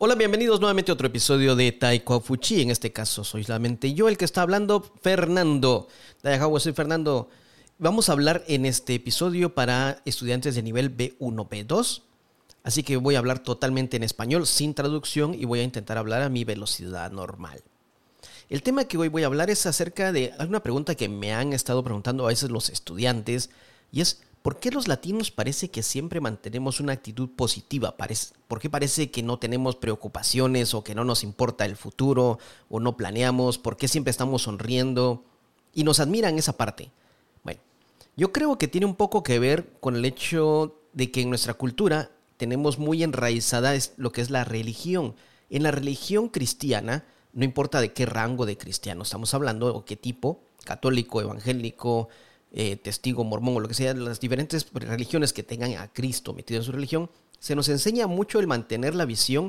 Hola, bienvenidos nuevamente a otro episodio de Taiko Fuchi. En este caso soy solamente yo el que está hablando, Fernando. Soy Fernando. Vamos a hablar en este episodio para estudiantes de nivel B1, B2. Así que voy a hablar totalmente en español, sin traducción, y voy a intentar hablar a mi velocidad normal. El tema que hoy voy a hablar es acerca de una pregunta que me han estado preguntando a veces los estudiantes, y es: ¿por qué los latinos parece que siempre mantenemos una actitud positiva? ¿Por qué parece que no tenemos preocupaciones o que no nos importa el futuro o no planeamos? ¿Por qué siempre estamos sonriendo? Y nos admiran esa parte. Bueno, yo creo que tiene un poco que ver con el hecho de que en nuestra cultura tenemos muy enraizada lo que es la religión. En la religión cristiana, no importa de qué rango de cristiano estamos hablando o qué tipo, católico, evangélico, testigo, mormón o lo que sea, las diferentes religiones que tengan a Cristo metido en su religión, se nos enseña mucho el mantener la visión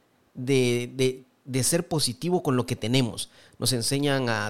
de ser positivo con lo que tenemos. Nos enseñan a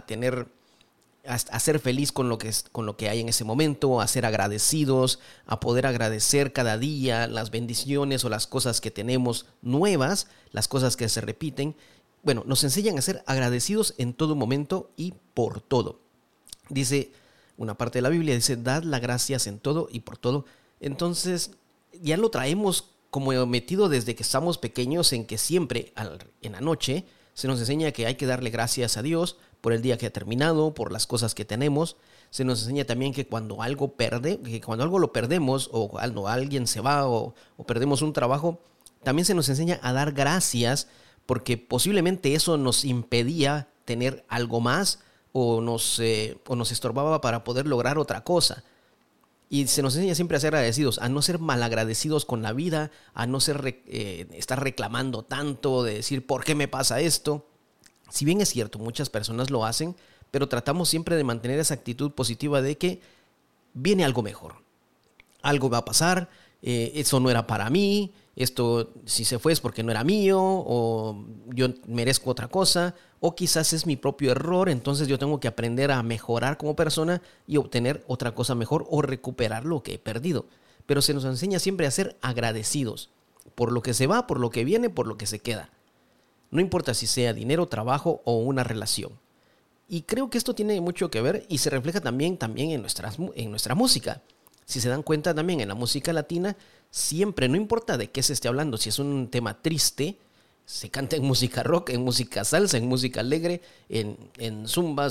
ser feliz con lo que hay en ese momento, a ser agradecidos, a poder agradecer cada día las bendiciones o las cosas que tenemos nuevas, las cosas que se repiten. Bueno, nos enseñan a ser agradecidos en todo momento y por todo. Dice una parte de la Biblia, dice: dad las gracias en todo y por todo. Entonces ya lo traemos como metido desde que estamos pequeños, en que siempre en la noche se nos enseña que hay que darle gracias a Dios por el día que ha terminado, por las cosas que tenemos. Se nos enseña también que cuando algo lo perdemos, o cuando alguien se va o perdemos un trabajo, también se nos enseña a dar gracias, porque posiblemente eso nos impedía tener algo más o nos estorbaba para poder lograr otra cosa. Y se nos enseña siempre a ser agradecidos, a no ser malagradecidos con la vida, a no estar reclamando tanto, de decir ¿por qué me pasa esto? Si bien es cierto, muchas personas lo hacen, pero tratamos siempre de mantener esa actitud positiva de que viene algo mejor. Algo va a pasar, eso no era para mí, esto si se fue es porque no era mío, o yo merezco otra cosa, o quizás es mi propio error, entonces yo tengo que aprender a mejorar como persona y obtener otra cosa mejor o recuperar lo que he perdido. Pero se nos enseña siempre a ser agradecidos por lo que se va, por lo que viene, por lo que se queda. No importa si sea dinero, trabajo o una relación. Y creo que esto tiene mucho que ver y se refleja también en nuestra música. Si se dan cuenta, también en la música latina, siempre, no importa de qué se esté hablando, si es un tema triste, se canta en música rock, en música salsa, en música alegre, en samba,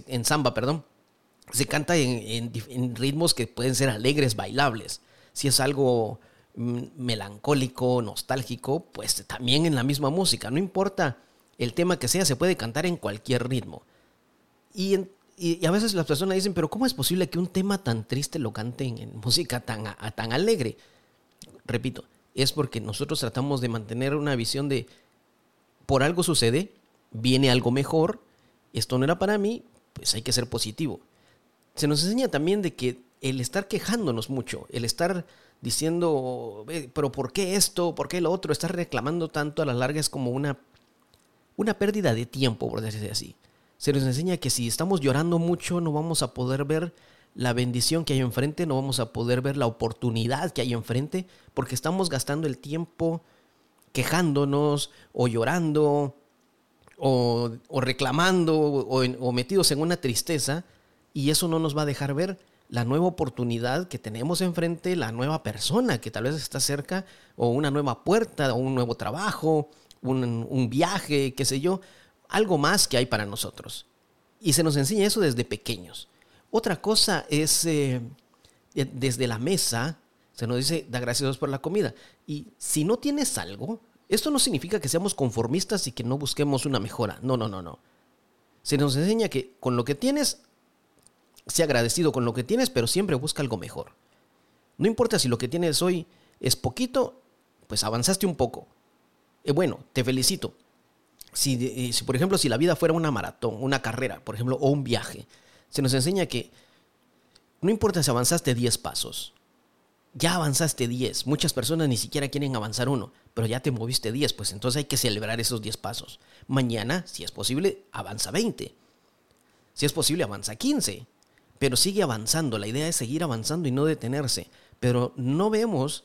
se canta en ritmos que pueden ser alegres, bailables. Si es algo melancólico, nostálgico, pues también en la misma música. No importa el tema que sea, se puede cantar en cualquier ritmo. Y a veces las personas dicen: pero ¿cómo es posible que un tema tan triste lo canten en música tan alegre? Repito, es porque nosotros tratamos de mantener una visión de por algo sucede, viene algo mejor, esto no era para mí, pues hay que ser positivo. Se nos enseña también de que el estar quejándonos mucho, el estar diciendo pero ¿por qué esto? ¿Por qué lo otro? Estar reclamando tanto a la larga es como una pérdida de tiempo, por decirlo así. Se nos enseña que si estamos llorando mucho no vamos a poder ver la bendición que hay enfrente, no vamos a poder ver la oportunidad que hay enfrente, porque estamos gastando el tiempo quejándonos o llorando o reclamando o metidos en una tristeza, y eso no nos va a dejar ver la nueva oportunidad que tenemos enfrente, la nueva persona que tal vez está cerca, o una nueva puerta, o un nuevo trabajo, un viaje, qué sé yo, algo más que hay para nosotros. Y se nos enseña eso desde pequeños. Otra cosa es desde la mesa se nos dice: da gracias a Dios por la comida. Y si no tienes algo, esto no significa que seamos conformistas y que no busquemos una mejora. No. Se nos enseña que con lo que tienes, sea agradecido con lo que tienes, pero siempre busca algo mejor. No importa si lo que tienes hoy es poquito, pues avanzaste un poco. Bueno, te felicito. Si por ejemplo, si la vida fuera una maratón, una carrera, por ejemplo, o un viaje, se nos enseña que no importa si avanzaste 10 pasos, ya avanzaste 10. Muchas personas ni siquiera quieren avanzar uno, pero ya te moviste 10, pues entonces hay que celebrar esos 10 pasos. Mañana, si es posible, avanza 20. Si es posible, avanza 15. Pero sigue avanzando. La idea es seguir avanzando y no detenerse. Pero no vemos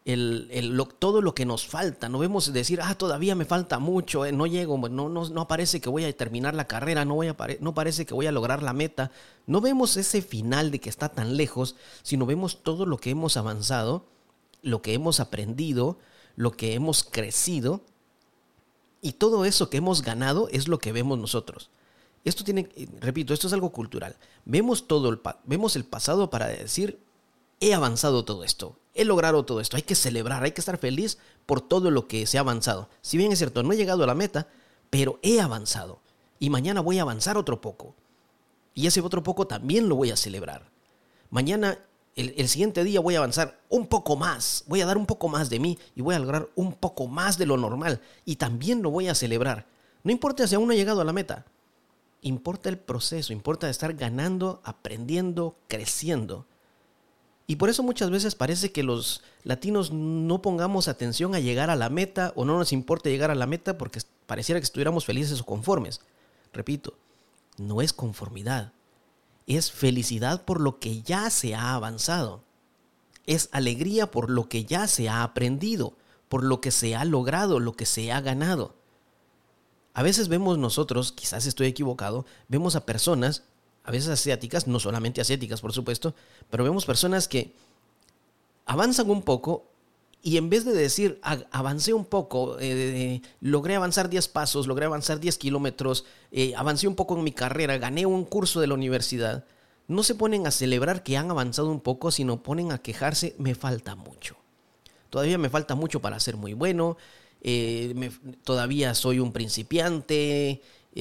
todo lo que nos falta. No vemos decir, todavía me falta mucho, no llego, no parece que voy a terminar la carrera, no parece que voy a lograr la meta. No vemos ese final de que está tan lejos, sino vemos todo lo que hemos avanzado, lo que hemos aprendido, lo que hemos crecido, y todo eso que hemos ganado es lo que vemos nosotros. Repito, esto es algo cultural. Vemos el pasado para decir, he avanzado todo esto, he logrado todo esto. Hay que celebrar, hay que estar feliz por todo lo que se ha avanzado. Si bien es cierto, no he llegado a la meta, pero he avanzado. Y mañana voy a avanzar otro poco. Y ese otro poco también lo voy a celebrar. Mañana, el siguiente día voy a avanzar un poco más. Voy a dar un poco más de mí y voy a lograr un poco más de lo normal. Y también lo voy a celebrar. No importa si aún no he llegado a la meta. Importa el proceso, importa estar ganando, aprendiendo, creciendo. Y por eso muchas veces parece que los latinos no pongamos atención a llegar a la meta o no nos importa llegar a la meta porque pareciera que estuviéramos felices o conformes. Repito, no es conformidad, es felicidad por lo que ya se ha avanzado. Es alegría por lo que ya se ha aprendido, por lo que se ha logrado, lo que se ha ganado. A veces vemos nosotros, quizás estoy equivocado, vemos a personas, a veces asiáticas, no solamente asiáticas por supuesto, pero vemos personas que avanzan un poco y en vez de decir, avancé un poco, logré avanzar 10 pasos, logré avanzar 10 kilómetros, avancé un poco en mi carrera, gané un curso de la universidad, no se ponen a celebrar que han avanzado un poco, sino ponen a quejarse, me falta mucho. Todavía me falta mucho para ser muy bueno. Todavía soy un principiante,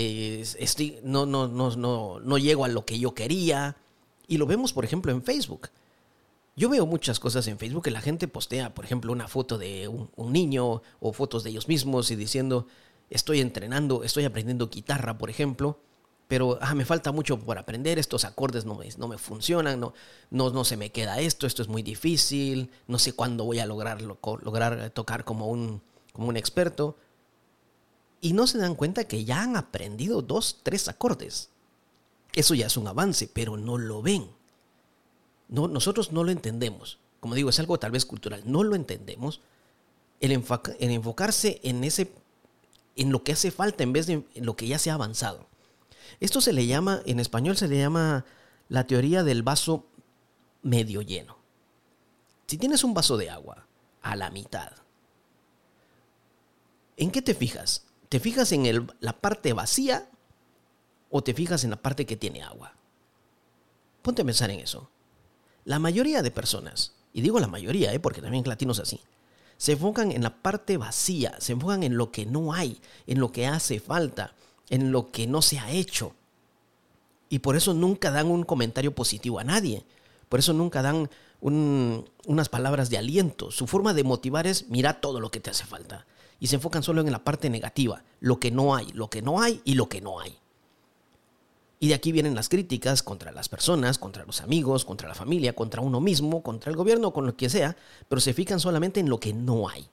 no llego a lo que yo quería. Y lo vemos, por ejemplo, en Facebook. Yo veo muchas cosas en Facebook que la gente postea, por ejemplo, una foto de un niño o fotos de ellos mismos y diciendo, estoy entrenando, estoy aprendiendo guitarra, por ejemplo, pero me falta mucho por aprender, estos acordes no me funcionan, no se me queda esto es muy difícil, no sé cuándo voy a lograr tocar como un experto. Y no se dan cuenta que ya han aprendido 2, 3 acordes. Eso ya es un avance, pero no lo ven. Nosotros no lo entendemos. Como digo, es algo tal vez cultural. No lo entendemos. El enfocarse en lo que hace falta en vez de en lo que ya se ha avanzado. Esto se le llama, en español se le llama la teoría del vaso medio lleno. Si tienes un vaso de agua a la mitad, ¿en qué te fijas? ¿Te fijas en la parte vacía o te fijas en la parte que tiene agua? Ponte a pensar en eso. La mayoría de personas, y digo la mayoría, porque también latinos así, se enfocan en la parte vacía, se enfocan en lo que no hay, en lo que hace falta, en lo que no se ha hecho. Y por eso nunca dan un comentario positivo a nadie. Por eso nunca dan unas palabras de aliento. Su forma de motivar es, mira todo lo que te hace falta. Y se enfocan solo en la parte negativa, lo que no hay y lo que no hay. Y de aquí vienen las críticas contra las personas, contra los amigos, contra la familia, contra uno mismo, contra el gobierno, con lo que sea, pero se fijan solamente en lo que no hay.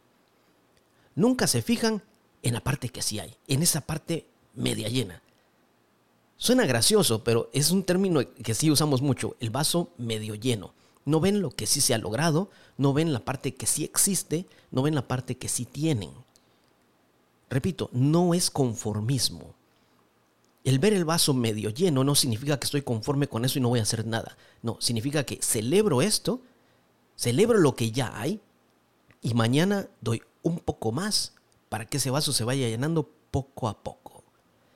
Nunca se fijan en la parte que sí hay, en esa parte media llena. Suena gracioso, pero es un término que sí usamos mucho, el vaso medio lleno. No ven lo que sí se ha logrado, no ven la parte que sí existe, no ven la parte que sí tienen. Repito, no es conformismo. El ver el vaso medio lleno no significa que estoy conforme con eso y no voy a hacer nada. No, significa que celebro esto, celebro lo que ya hay y mañana doy un poco más para que ese vaso se vaya llenando poco a poco.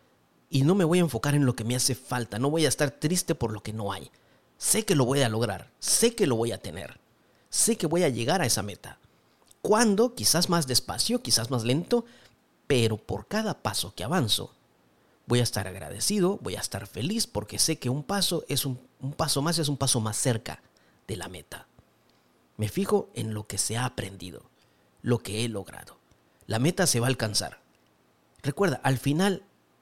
Y no me voy a enfocar en lo que me hace falta, no voy a estar triste por lo que no hay. Sé que lo voy a lograr, sé que lo voy a tener, sé que voy a llegar a esa meta. ¿Cuándo? Quizás más despacio, quizás más lento, pero por cada paso que avanzo, voy a estar agradecido, voy a estar feliz porque sé que un paso más, es un paso más cerca de la meta. Me fijo en lo que se ha aprendido, lo que he logrado. La meta se va a alcanzar. Recuerda, al final,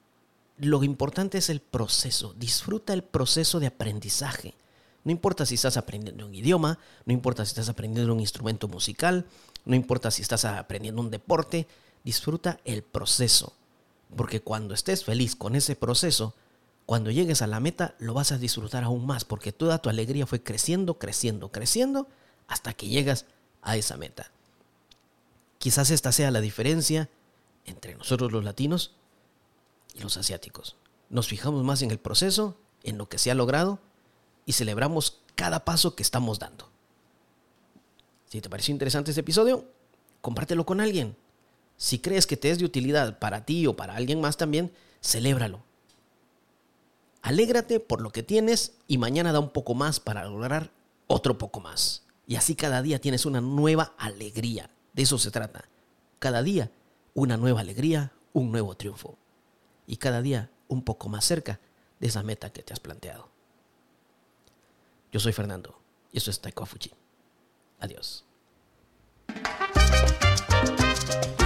lo importante es el proceso. Disfruta el proceso de aprendizaje. No importa si estás aprendiendo un idioma, no importa si estás aprendiendo un instrumento musical, no importa si estás aprendiendo un deporte, disfruta el proceso. Porque cuando estés feliz con ese proceso, cuando llegues a la meta, lo vas a disfrutar aún más, porque toda tu alegría fue creciendo, creciendo, creciendo, hasta que llegas a esa meta. Quizás esta sea la diferencia entre nosotros los latinos y los asiáticos. Nos fijamos más en el proceso, en lo que se ha logrado y celebramos cada paso que estamos dando. Si te pareció interesante este episodio, compártelo con alguien. Si crees que te es de utilidad para ti o para alguien más también, celébralo. Alégrate por lo que tienes y mañana da un poco más para lograr otro poco más. Y así cada día tienes una nueva alegría. De eso se trata. Cada día una nueva alegría, un nuevo triunfo. Y cada día un poco más cerca de esa meta que te has planteado. Yo soy Fernando y esto es Taekwondo Fuchi. Adiós.